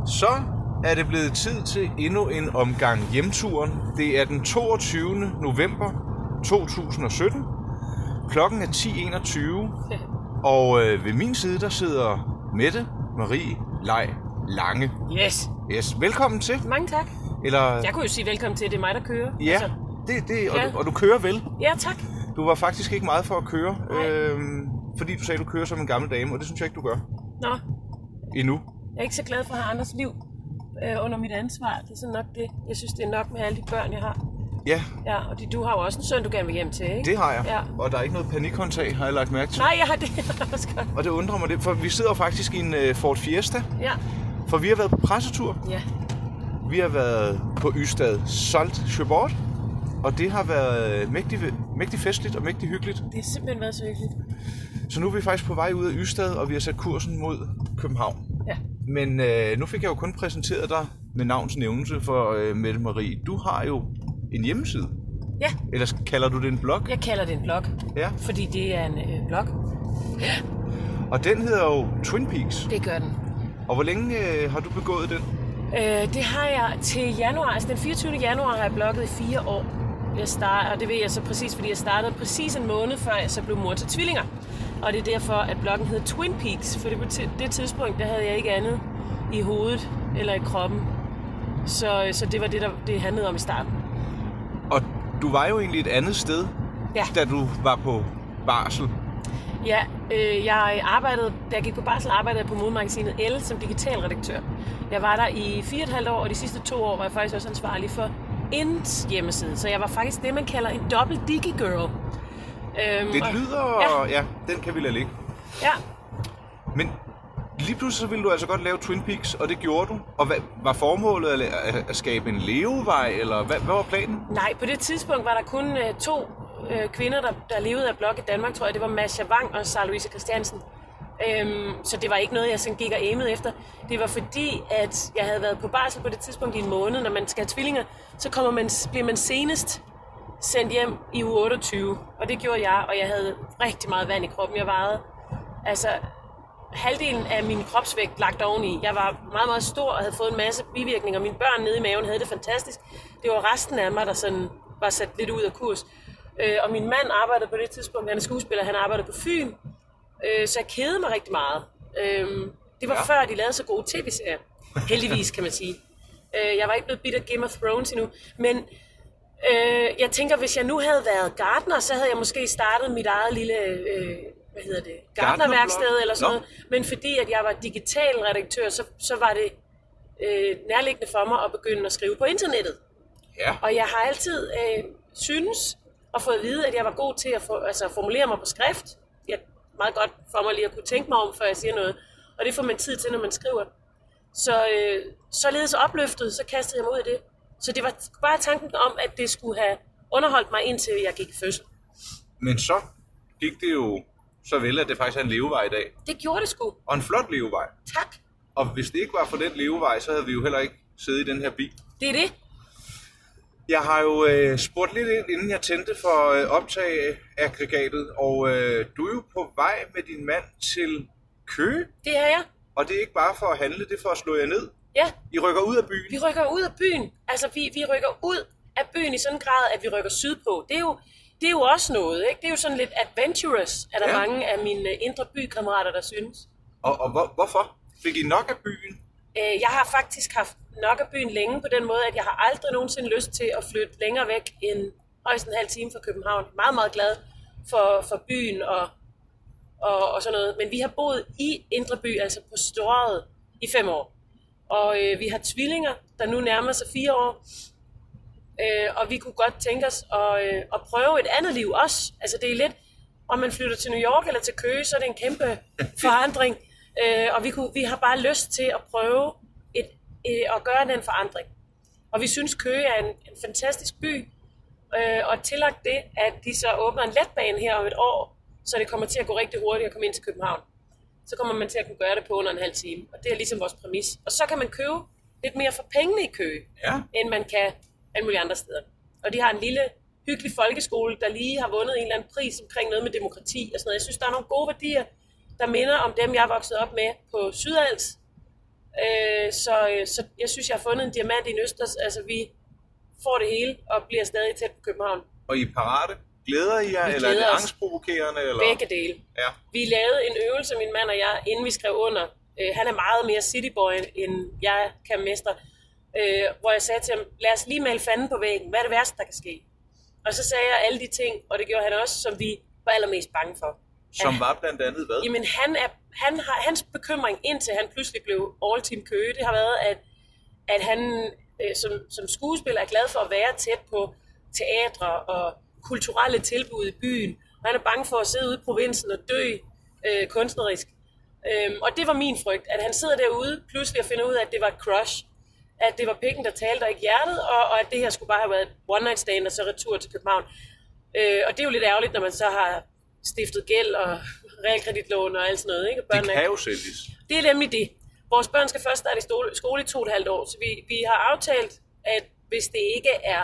Så er det blevet tid til endnu en omgang hjemturen. Det er den 22. november 2017. Klokken er 10.21. Og ved min side, der sidder Mette Marie Lej Lange. Yes. Velkommen til. Mange tak. Eller... Jeg kunne jo sige velkommen til, det er mig, der kører. Ja, altså, og du kører vel. Ja, tak. Du var faktisk ikke meget for at køre, fordi du sagde, at du kører som en gammel dame, og det synes jeg ikke, du gør. Nå. Endnu. Jeg er ikke så glad for at have andres liv under mit ansvar. Det er sådan nok det. Jeg synes, det er nok med alle de børn, jeg har. Ja. Ja, og du har jo også en søn, du gerne vil hjem til, ikke? Det har jeg. Ja. Og der er ikke noget panikhåndtag, har jeg lagt mærke til. Nej, jeg har det også godt. Og det undrer mig det, for vi sidder faktisk i en Ford Fiesta. Ja. For vi har været på pressetur. Ja. Vi har været på Ystad Salt Sjøbort. Og det har været mægtig festligt og mægtig hyggeligt. Det har simpelthen været så hyggeligt. Så nu er vi faktisk på vej ud af Ystad, og vi har sat kursen mod København. Ja. Men nu fik jeg jo kun præsenteret dig med navns nævnelse for Mette Marie. Du har jo en hjemmeside. Ja. Eller kalder du det en blog? Jeg kalder det en blog. Ja. Fordi det er en blog. Ja. Og den hedder jo Twin Peaks. Det gør den. Og hvor længe har du begået den? Det har jeg til januar, altså den 24. januar har jeg blogget i 4 år. Og det ved jeg så præcis, fordi jeg startede præcis en måned før jeg så blev mor til tvillinger. Og det er derfor, at bloggen hed Twin Peaks, for det tidspunkt, der havde jeg ikke andet i hovedet eller i kroppen. Så det var det handlede om i starten. Og du var jo egentlig et andet sted, da du var på barsel. Ja, da jeg gik på barsel, arbejdede jeg på modemagasinet Elle som digitalredaktør. Jeg var der i 4,5 år, og de sidste 2 år var jeg faktisk også ansvarlig for Inds hjemmeside. Så jeg var faktisk det, man kalder en dobbelt digi-girl. Det lyder... Ja, den kan vi lade ligge. Ja. Men lige pludselig så ville du altså godt lave Twin Peaks, og det gjorde du. Og hvad var formålet at skabe en levevej, eller hvad var planen? Nej, på det tidspunkt var der kun 2 kvinder, der levede af blog i Danmark, tror jeg. Det var Masha Wang og Sara Louise Christiansen. Så det var ikke noget, jeg sådan gik og aimede efter. Det var fordi, at jeg havde været på barsel på det tidspunkt i en måned. Når man skal have tvillinger, så bliver man senest sendt hjem i uge 28. Og det gjorde jeg, og jeg havde rigtig meget vand i kroppen. Jeg vejede halvdelen af min kropsvægt lagt oveni. Jeg var meget, meget stor og havde fået en masse bivirkninger. Mine børn nede i maven havde det fantastisk. Det var resten af mig, der sådan var sat lidt ud af kurs. Og min mand arbejdede på det tidspunkt, han er skuespiller, han arbejdede på Fyn. Så jeg kedede mig rigtig meget. Det var før, de lavede så gode tv-serier. Heldigvis, kan man sige. Jeg var ikke blevet bidt af Game of Thrones endnu. Men jeg tænker, hvis jeg nu havde været gartner, så havde jeg måske startet mit eget lille gartnerværksted eller sådan noget. Men fordi at jeg var digital redaktør, så var det nærliggende for mig at begynde at skrive på internettet. Ja. Og jeg har altid synes og fået at vide, at jeg var god til at formulere mig på skrift. Jeg meget godt for mig lige at kunne tænke mig om, før jeg siger noget. Og det får man tid til, når man skriver. Så således opløftet, så kastede jeg mig ud i det. Så det var bare tanken om, at det skulle have underholdt mig, indtil jeg gik i fødsel. Men så gik det jo så vel, at det faktisk er en levevej i dag. Det gjorde det sgu. Og en flot levevej. Tak. Og hvis det ikke var for den levevej, så havde vi jo heller ikke siddet i den her bil. Det er det. Jeg har jo spurgt lidt ind, inden jeg tændte for optageaggregatet, og du er jo på vej med din mand til Køge. Det er jeg. Og det er ikke bare for at handle, det er for at slå jer ned. Ja. I rykker ud af byen. Vi rykker ud af byen. Altså, vi rykker ud af byen i sådan en grad, at vi rykker sydpå. Det er jo også noget, ikke? Det er jo sådan lidt adventurous, er der mange af mine indre bykammerater, der synes. Og hvorfor? Fik I nok af byen? Jeg har faktisk haft nok af byen længe på den måde, at jeg har aldrig nogensinde lyst til at flytte længere væk end højst en halv time fra København. Meget, meget glad for byen og sådan noget. Men vi har boet i Indre By, altså på Strøget, i 5 år. Og vi har tvillinger, der nu nærmer sig 4 år. Og vi kunne godt tænke os at prøve et andet liv også. Altså det er lidt, om man flytter til New York eller til Køge, så er det en kæmpe forandring. Og vi har bare lyst til at prøve at gøre den forandring. Og vi synes, Køge er en fantastisk by. Og tillagt det, at de så åbner en letbane her om et år, så det kommer til at gå rigtig hurtigt at komme ind til København. Så kommer man til at kunne gøre det på under en halv time. Og det er ligesom vores præmis. Og så kan man købe lidt mere for pengene i Køge, end man kan alle mulige andre steder. Og de har en lille, hyggelig folkeskole, der lige har vundet en eller anden pris omkring noget med demokrati og sådan noget. Jeg synes, der er nogle gode værdier, der minder om dem, jeg er vokset op med på Sydals. Så jeg synes, jeg har fundet en diamant i en østers. Altså, vi får det hele og bliver stadig tæt på København. Og I er parate? Glæder I jer, eller er det angstprovokerende? Eller? Begge dele. Ja. Vi lavede en øvelse, min mand og jeg, inden vi skrev under. Han er meget mere cityboy, end jeg kan mestre. Hvor jeg sagde til ham, lad os lige male fanden på væggen. Hvad er det værste, der kan ske? Og så sagde jeg alle de ting, og det gjorde han også, som vi var allermest bange for. Som var blandt andet hvad? Jamen, hans bekymring, indtil han pludselig blev all-team Køge, det har været, at han som skuespiller er glad for at være tæt på teatre og kulturelle tilbud i byen. Og han er bange for at sidde ude i provinsen og dø kunstnerisk. Og det var min frygt, at han sidder derude pludselig og finder ud af, at det var et crush. At det var pikken, der talte, og ikke hjertet, og at det her skulle bare have været et one-night stand, og så retur til København. Og det er jo lidt ærgerligt, når man så har stiftet gæld og realkreditlån og alt sådan noget. Ikke? Det kan jo sælges. Det er nemlig det. Vores børn skal først starte i skole i 2,5 år, så vi har aftalt, at hvis det ikke er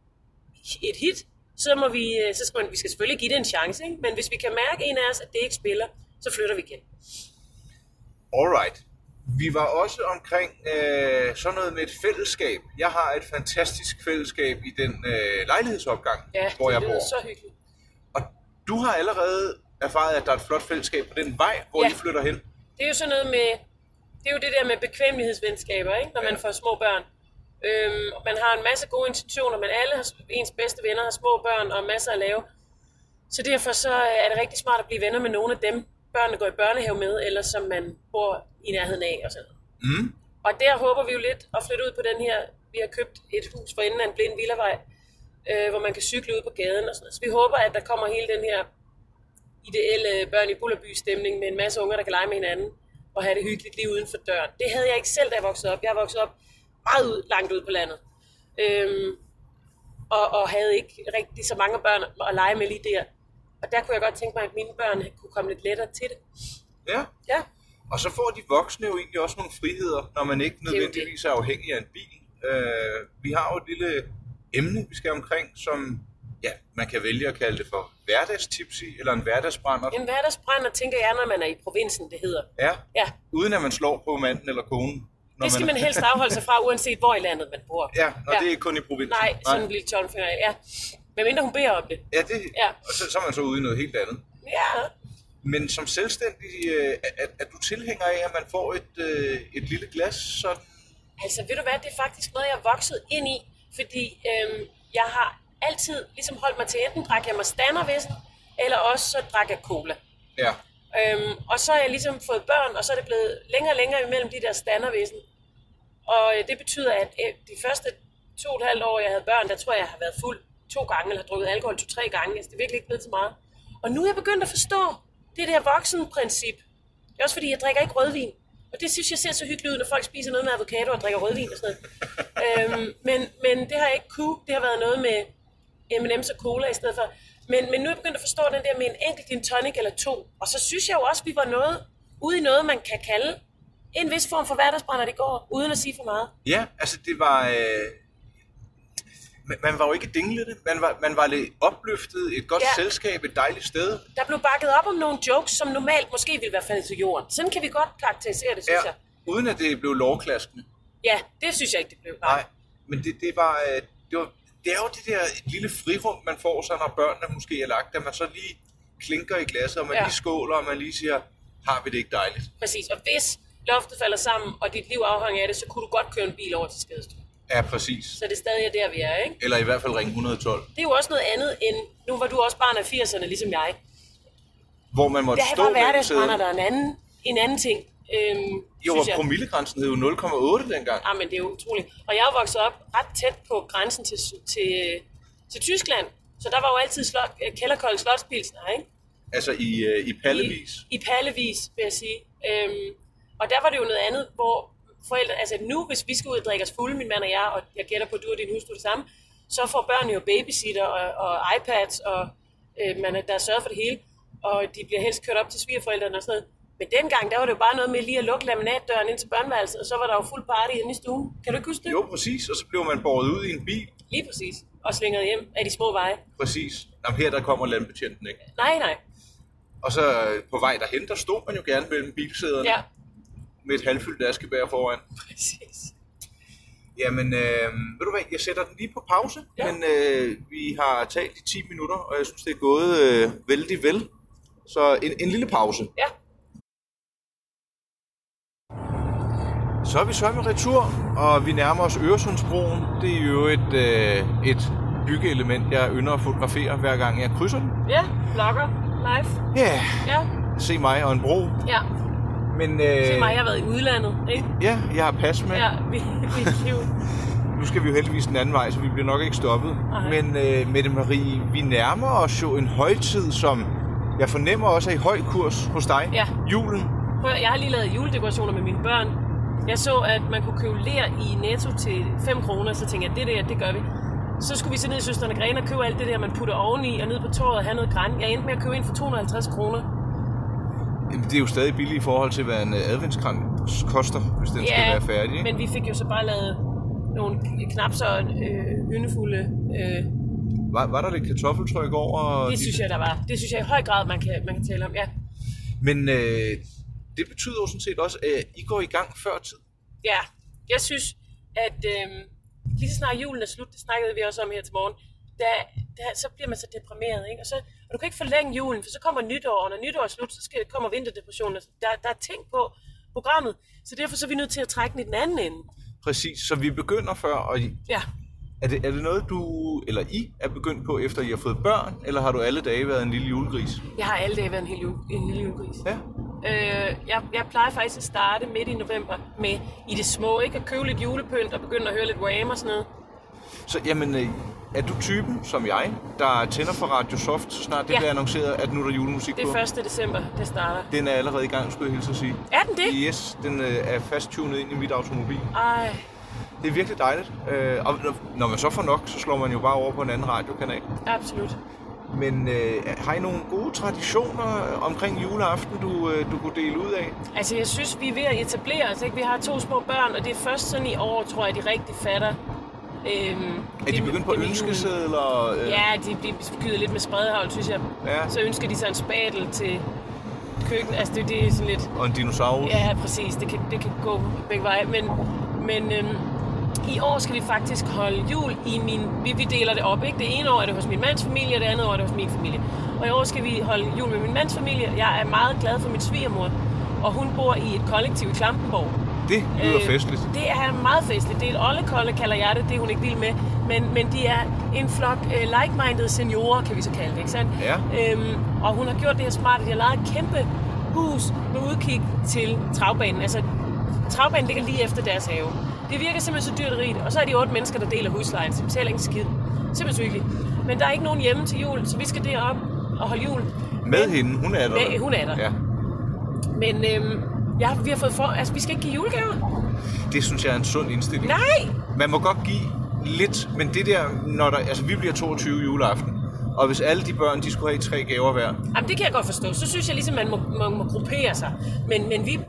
et hit, så vi skal selvfølgelig give det en chance, ikke? Men hvis vi kan mærke en af os, at det ikke spiller, så flytter vi igen. Alright. Vi var også omkring sådan noget med et fællesskab. Jeg har et fantastisk fællesskab i den lejlighedsopgang, hvor jeg bor. Ja, det så hyggeligt. Og du har allerede erfaret, at der er et flot fællesskab på den vej, hvor I flytter hen. Det er jo sådan noget med, det er jo det der med bekvemmelighedsvenskaber, ikke? Når man får små børn. Man har en masse gode intentioner, men alle ens bedste venner har små børn og masser at lave. Så derfor så er det rigtig smart at blive venner med nogle af dem, børnene går i børnehave med, eller som man bor i nærheden af og sådan noget. Og der håber vi jo lidt at flytte ud på den her, vi har købt et hus for enden af en blind villavej, hvor man kan cykle ud på gaden og sådan noget. Så vi håber, at der kommer hele den her ideelle børn i Bullerby stemning med en masse unger, der kan lege med hinanden og have det hyggeligt lige uden for døren. Det havde jeg ikke selv, da jeg voksede op. Jeg er vokset op meget langt ud på landet. Og havde ikke rigtig så mange børn at lege med lige der. Og der kunne jeg godt tænke mig, at mine børn kunne komme lidt lettere til det. Ja. Og så får de voksne jo egentlig også nogle friheder, når man ikke nødvendigvis er afhængig af en bil. Vi har jo et lille emne, vi skal omkring, som man kan vælge at kalde det for hverdagstipsy, eller en hverdagsbrænder. En hverdagsbrænder tænker jeg, når man er i provinsen, det hedder. Ja. Uden at man slår på manden eller konen. Det skal man helst afholde sig fra, uanset hvor i landet man bor. Ja, og det er ikke kun i provinsen. Nej, sådan en lille tjolfinger. Ja. Men mindre hun beder om det. Og så er man så ude i noget helt andet. Ja. Men som selvstændig, er du tilhænger af, at man får et lille glas sådan? Altså, ved du hvad, det er faktisk noget, jeg er vokset ind i, fordi jeg har altid ligesom holdt mig til, enten drak jeg mig standardvæsen, eller også så drak jeg cola. Ja. Og så har jeg ligesom fået børn, og så er det blevet længere og længere imellem de der standardvæsen. Og det betyder, at de første 2,5 år, jeg havde børn, der tror jeg har været fuld 2 gange, eller har drukket alkohol 2-3 gange. Altså, det er virkelig ikke blevet så meget. Og nu er jeg begyndt at forstå det der voksenprincip. Det er også fordi, jeg drikker ikke rødvin. Og det synes jeg ser så hyggeligt ud, når folk spiser noget med avocado og drikker rødvin og sådan noget. Men det har jeg ikke kunne. Det har været noget med M&M's og cola i stedet for. Men nu er jeg begyndt at forstå den der med en enkelt gin tonic eller 2. Og så synes jeg jo også, at vi var ude i noget, man kan kalde en vis form for hverdagsbrænder i går, uden at sige for meget. Ja, altså det var... Man var jo ikke dinglede. Man var lidt opløftet, et godt selskab, et dejligt sted. Der blev bakket op om nogle jokes, som normalt måske ville være faldet til jorden. Sådan kan vi godt karakterisere det, synes jeg. Uden at det blev lovklaskende. Ja, det synes jeg ikke, det blev. Nej, men det er jo det der lille frirum, man får så, når børnene måske er lagt, at man så lige klinker i glasset, og man lige skåler, og man lige siger, har vi det ikke dejligt? Præcis, og hvis loftet falder sammen, og dit liv afhænger af det, så kunne du godt køre en bil over til skadestuen. Ja, præcis. Så det er stadig der, vi er, ikke? Eller i hvert fald ring 112. Det er jo også noget andet end, nu var du også barn af 80'erne, ligesom jeg. Hvor man måtte stå mellem sæderne. Der var hverdagsbrænder, der er en anden ting. Og promillegrænsen hed jo 0,8 dengang. Ja, men det er jo utroligt. Og jeg er vokset op ret tæt på grænsen til Tyskland, så der var jo altid kælderkolde slotspilsner, ikke? Altså i pallevis? I pallevis, vil jeg sige. Og der var det jo noget andet, hvor forældre, altså nu, hvis vi skal ud og drikke os fulde, min mand og jeg, og jeg gætter på, at du og din hustru det samme, så får børn jo babysitter og iPads, og der er sørget for det hele, og de bliver helst kørt op til svigerforældrene og sådan noget. Men dengang, der var det jo bare noget med lige at lukke laminatdøren ind til børneværelset, og så var der jo fuld party inde i stuen. Kan du ikke huske det? Jo, præcis, og så blev man båret ud i en bil. Lige præcis, og slinget hjem af de små veje. Præcis. Jamen her, der kommer landbetjenten, ikke? Nej. Og så på vej derhen, der stod man jo gerne mellem bilsæderne. Ja. med et halvfyldt askebær foran. Præcis. Jamen, ved du hvad, jeg sætter den lige på pause, Ja. men vi har talt i 10 minutter, og jeg synes, det er gået vældig vel. Så en lille pause. Ja. Så er vi så med retur, og vi nærmer os Øresundsbroen. Det er jo et byggeelement, jeg ynder at fotografere, hver gang jeg krydser den. Ja, vlogger live. Ja, Ja. se mig og en bro. Ja. Men, Se mig, jeg har været i udlandet, ikke? Ja, jeg har pas med. Ja, vi jo. Nu skal vi jo heldigvis den anden vej, så vi bliver nok ikke stoppet. Nej. Men Mette Marie, vi nærmer os jo en højtid, som jeg fornemmer også er i høj kurs hos dig. Ja. Julen. Prøv, jeg har lige lavet juledekorationer med mine børn. Jeg så, at man kunne købe ler i Netto til 5 kroner, så tænkte jeg, det gør vi. Så skulle vi så ned i Søstrene Grene og købe alt det der, man putter oveni, og ned på torvet og have noget græn. Jeg endte med at købe en for 250 kroner. Det er jo stadig billigt i forhold til, hvad en adventskrans koster, hvis den skal være færdig. Ikke? Men vi fik jo så bare lavet nogle knap så yndefulde... Var der lidt kartoffeltryk over? Det synes jeg, der var. Det synes jeg i høj grad, man kan tale om, ja. Men det betyder jo sådan set også, at I går i gang før tid. Ja, jeg synes, at lige så snart julen er slut, det snakkede vi også om her til morgen, så bliver man så deprimeret, ikke? Og du kan ikke forlænge julen, for så kommer nytår, og når nytår er slut, så kommer vinterdepressionen. Der er ting på programmet, så derfor så er vi nødt til at trække den i den anden ende. Præcis, så vi begynder før, og Ja. er det noget, du eller I er begyndt på, efter I har fået børn, eller har du alle dage været en lille julegris? Jeg har alle dage været en lille julegris. Ja. Jeg plejer faktisk at starte midt i november med i det små, ikke? At købe lidt julepynt og begynde at høre lidt Wham og sådan noget. Så jamen, er du typen, som jeg, der tænder for Radio Soft, så snart det bliver annonceret, at nu er der julemusik på? Det er 1. december, det starter. Den er allerede i gang, skulle jeg hilse at sige. Er den det? Yes, den er fasttunet ind i mit automobil. Ej. Det er virkelig dejligt. Og når man så får nok, så slår man jo bare over på en anden radiokanal. Absolut. Men har I nogle gode traditioner omkring juleaften, du kunne dele ud af? Altså, jeg synes, vi er ved at etablere os, ikke? Vi har 2 små børn, og det er først sådan i år, tror jeg, de rigtig fatter. Er de begyndt på ønskesedler? Ja, de skyder lidt med spredhavl, synes jeg. Ja. Så ønsker de sig en spadel til køkken. Altså, det er sådan lidt... Og en dinosaurus? Ja, præcis. Det kan gå begge veje. Men i år skal vi faktisk holde jul i vi deler det op, ikke? Det ene år er det hos min mands familie, og det andet år er det hos min familie. Og i år skal vi holde jul med min mands familie. Jeg er meget glad for min svigermor, og hun bor i et kollektiv i Klampenborg. Det lyder festligt. Det er meget festligt. Det er et oldekolde, kalder jeg det. Det er hun ikke vild med. Men de er en flok like-minded seniorer, kan vi så kalde det, ikke sandt? Ja. Og hun har gjort det her smart, at de har lavet et kæmpe hus med udkig til travbanen. Altså, travbanen ligger lige efter deres have. Det virker simpelthen så dyrt og rigt. Og så er de 8 mennesker, der deler huslejen, så de betaler ikke skid. Simpelthen så hyggeligt. Men der er ikke nogen hjemme til jul, så vi skal derop og holde jul. Med hende? Hun er der? Med, hun er der. Ja. Men vi har fået altså vi skal ikke give julegaver. Det synes jeg er en sund indstilling. Nej! Man må godt give lidt, men det der, altså vi bliver 22 juleaften, og hvis alle de børn, de skulle have 3 gaver hver. Jamen det kan jeg godt forstå. Så synes jeg ligesom, man må gruppere sig. Men vi,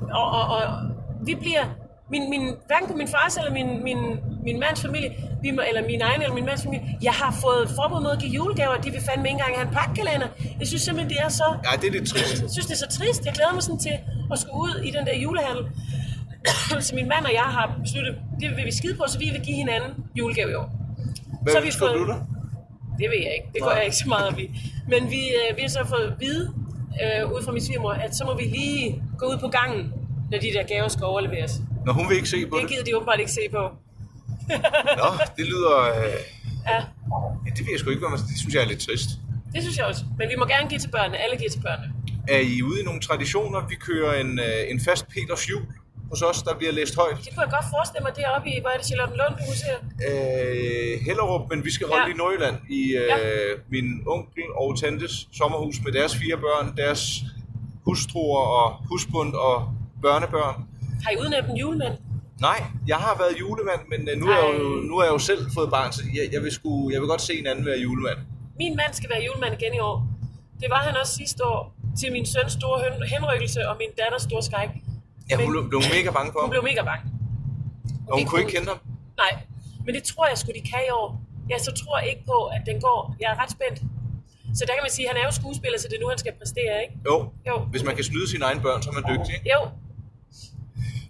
vi bliver, hverken på min fars eller min mands familie, eller min egen eller min mands familie, jeg har fået forbud mod at give julegaver, de vil fandme ikke engang have en pakkalender. Jeg synes simpelthen, det er så... Ja, det er lidt trist. Jeg synes, det er så trist. Jeg glæder mig sådan til at skulle ud i den der julehandel. Så min mand og jeg har besluttet, det vil vi skide på, så vi vil give hinanden julegave i år. Hvad så vi ønsker du dig? Det ved jeg ikke. Det går jeg ikke så meget op i. Men vi har så fået at vide ud fra min svigermor, at så må vi lige gå ud på gangen, når de der gaver skal overleveres. Når hun vil ikke se på det? Det gider de åbenbart ikke se på. Nå, det lyder... Ja. Det ved jeg sgu ikke, det synes jeg er lidt trist. Det synes jeg også. Men vi må gerne give til børnene. Alle giver til børnene. Er I ude i nogle traditioner? Vi kører en fast Peters jul hos os, der bliver læst højt. Det kunne jeg godt forestille mig deroppe i, hvor er det Charlottenlund, du ser? Hellerup, men vi skal holde i Nordjylland i min onkel og tantes sommerhus med deres 4 børn, deres hustruer og husbund og børnebørn. Har I udnævnt en julemand? Nej, jeg har været julemand, men nu er jeg jo selv fået barn, så jeg vil godt se en anden være julemand. Min mand skal være julemand igen i år. Det var han også sidste år til min søns store henrykkelse og min datters store skræk. Ja, hun blev mega bange for ham. Hun blev mega bange. Og hun kunne ikke kende ham? Nej, men det tror jeg sgu, de kan i år. Jeg så tror ikke på, at den går. Jeg er ret spændt. Så der kan man sige, at han er jo skuespiller, så det er nu, han skal præstere, ikke? Jo. Hvis man kan snyde sine egne børn, så er man dygtig, ikke? Jo.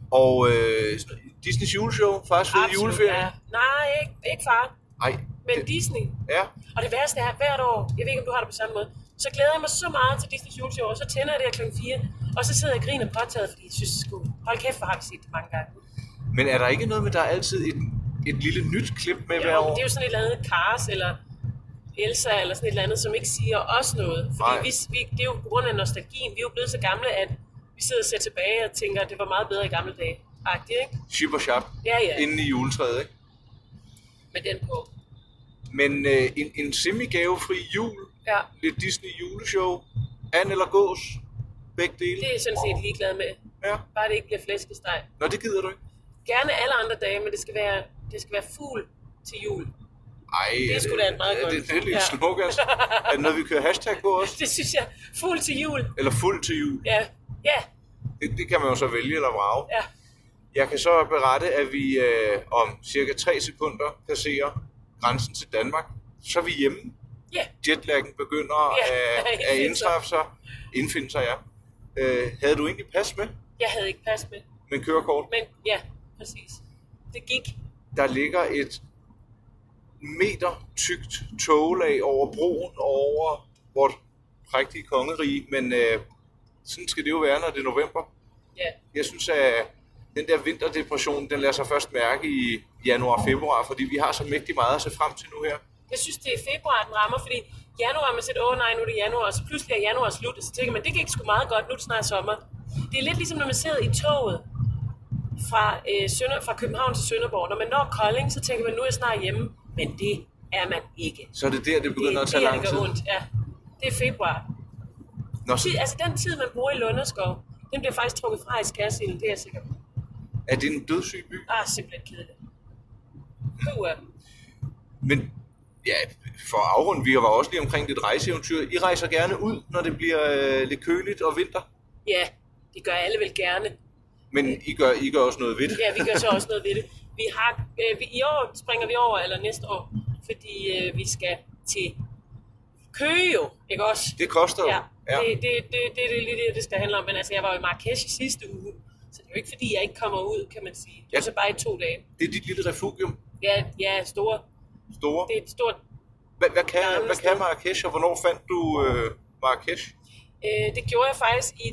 Og Disneys juleshow, fars fede juleferie. Ja. Nej, ikke far. Nej. Men Disney. Ja. Og det værste er, hvert år, jeg ved ikke, om du har det på samme måde, så glæder jeg mig så meget til Disneys juleshow, og så tænder jeg det her kl. 4, og så sidder jeg og griner påtaget, fordi jeg synes, hold kæft, hvor har vi set det mange gange. Men er der ikke noget med, der er altid et lille nyt klip med hver år? Det er jo sådan et eller andet Cars, eller Elsa, eller sådan et eller andet, som ikke siger os noget. Fordi det er jo på grund af nostalgien. Vi er jo blevet så gamle, at vi sidder og ser tilbage og tænker, at det var meget bedre i gamle dage. Agtigt, ikke? Chip og chap. Ja. Inden i juletræet, ikke? Med den på. Men en semi-gavefri jul, ja. Lidt Disney juleshow, and eller gås, begge dele. Det er sådan set ligeglad med. Ja. Bare det ikke bliver flæskesteg. Nå, det gider du ikke? Gerne alle andre dage, men det skal være fugl til jul. Ej, det er sgu da et meget godt. Det er lidt smukt, altså. Er det noget, vi kører hashtag på også? Det synes jeg. Fugl til jul. Eller fuld til jul. Ja. Det kan man jo så vælge eller vrage. Ja. Jeg kan så berette, at vi om cirka 3 sekunder passerer grænsen til Danmark. Så er vi hjemme. Ja. Jetlaggen begynder at indfinde sig, ja. Havde du egentlig pas med? Jeg havde ikke pas med. Men kørekort? Men ja, præcis. Det gik. Der ligger et meter tykt toglag over broen over vort prægtige kongerige, men sådan skal det jo være, når det er november. Ja. Jeg synes, at den der vinterdepression, den lader sig først mærke i januar og februar, fordi vi har så mægtig meget at se frem til nu her. Jeg synes, det er februar, den rammer, fordi januar, man siger, nej, nu er det januar, og så pludselig er januar slut, og så tænker man, det gik sgu meget godt, nu er det snart sommer. Det er lidt ligesom, når man sidder i toget fra København til Sønderborg. Når man når Kolding, så tænker man, nu er jeg snart hjemme, men det er man ikke. Så er det der, det begynder at tage lang tid? Ondt. Ja, det er februar. Altså den tid, man bruger i Lunderskov, den bliver faktisk trukket fra i Skærsilden, det er jeg sikker på. Er det en dødssyg by? Simpelthen kedeligt. Men ja, for at afrunde, vi var også lige omkring lidt rejseeventyr. I rejser gerne ud, når det bliver lidt køligt og vinter? Ja, det gør alle vel gerne. Men I gør også noget ved det? Ja, vi gør så også noget ved det. I år springer vi over, eller næste år, fordi vi skal til Køge jo, ikke også? Det koster jo. Ja. Det er lige det skal handle om. Men altså, jeg var i Marrakesh i sidste uge, så det er jo ikke fordi, jeg ikke kommer ud, kan man sige. Det er så bare i 2 dage. Det er dit lille refugium? Ja, store. Store? Det er et stort... Hvad kan Marrakesh, og hvornår fandt du Marrakesh? Det gjorde jeg faktisk i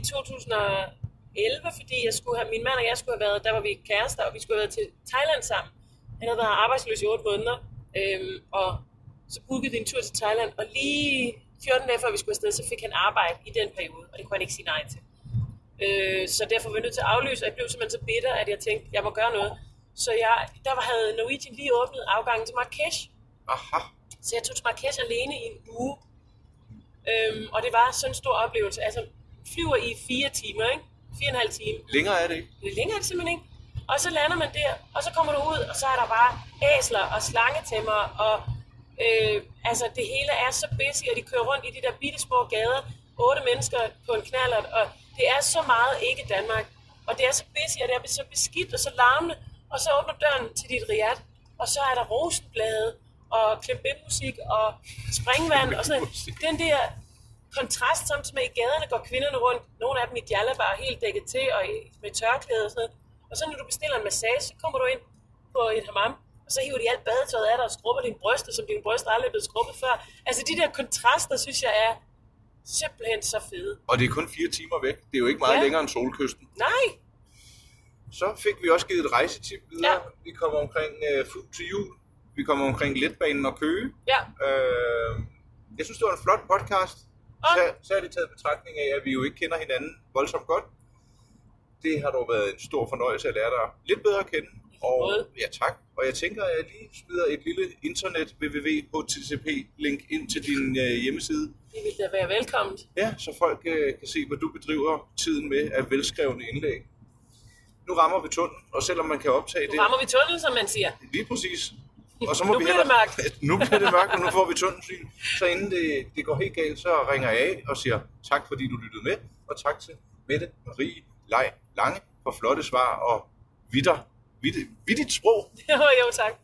2011, fordi min mand og jeg skulle have været, der var vi kærester, og vi skulle have været til Thailand sammen. Han havde været arbejdsløs i 8 måneder, og så bookede vi en tur til Thailand, og lige 14 dage før vi skulle afsted, så fik han arbejde i den periode, og det kunne han ikke sige nej til. Så derfor var jeg nødt til at aflyse, og jeg blev simpelthen så bitter, at jeg tænkte, jeg må gøre noget. Så havde Norwegian lige åbnet afgangen til Marrakesh. Aha. Så jeg tog til Marrakesh alene i en uge, og det var sådan en stor oplevelse. Altså, flyver i 4 timer, ikke? 4,5 timer. Længere er det ikke? Længere er det simpelthen ikke. Og så lander man der, og så kommer du ud, og så er der bare æsler og slangetæmmer, og altså det hele er så busy, og de kører rundt i de der bitte små gader, 8 mennesker på en knallert, og det er så meget ikke Danmark. Og det er så busy, og det er så beskidt og så larmende, og så åbner døren til dit riad, og så er der rosenblade, og klimbim-musik, og springvand, og sådan den der kontrast, samtidig med i gaderne går kvinderne rundt, nogle af dem i djallabar helt dækket til, og med tørklæde og sådan noget. Og så når du bestiller en massage, så kommer du ind på et hammam, og så hiver de alt badetøjet af dig og skrubber dine bryster, som dine bryster aldrig er blevet skrubbet før. Altså de der kontraster, synes jeg er simpelthen så fede. Og det er kun 4 timer væk. Det er jo ikke meget længere end solkysten. Nej. Så fik vi også givet et rejsetip videre. Ja. Vi kommer omkring Fugl til jul. Vi kommer omkring Letbanen og Køge. Ja. Jeg synes, det var en flot podcast. Så er det taget betragtning af, at vi jo ikke kender hinanden voldsomt godt. Det har dog været en stor fornøjelse at lære dig lidt bedre at kende. Og ja, tak. Og jeg tænker, at jeg lige smider et lille internet www.htcp-link ind til din hjemmeside. Det vil da være velkommen. Ja, så folk kan se, hvad du bedriver tiden med af velskrevne indlæg. Nu rammer vi tunnelen, og selvom man kan optage det... Nu rammer vi tunnelen, som man siger. Lige præcis. Og så må nu bliver det mørkt. Nu bliver det mørkt, og nu får vi tunnelsyn. Så inden det går helt galt, så ringer jeg af og siger tak, fordi du lyttede med. Og tak til Mette Marie Lej Lange for flotte svar og vittigt sprog. Jo, tak.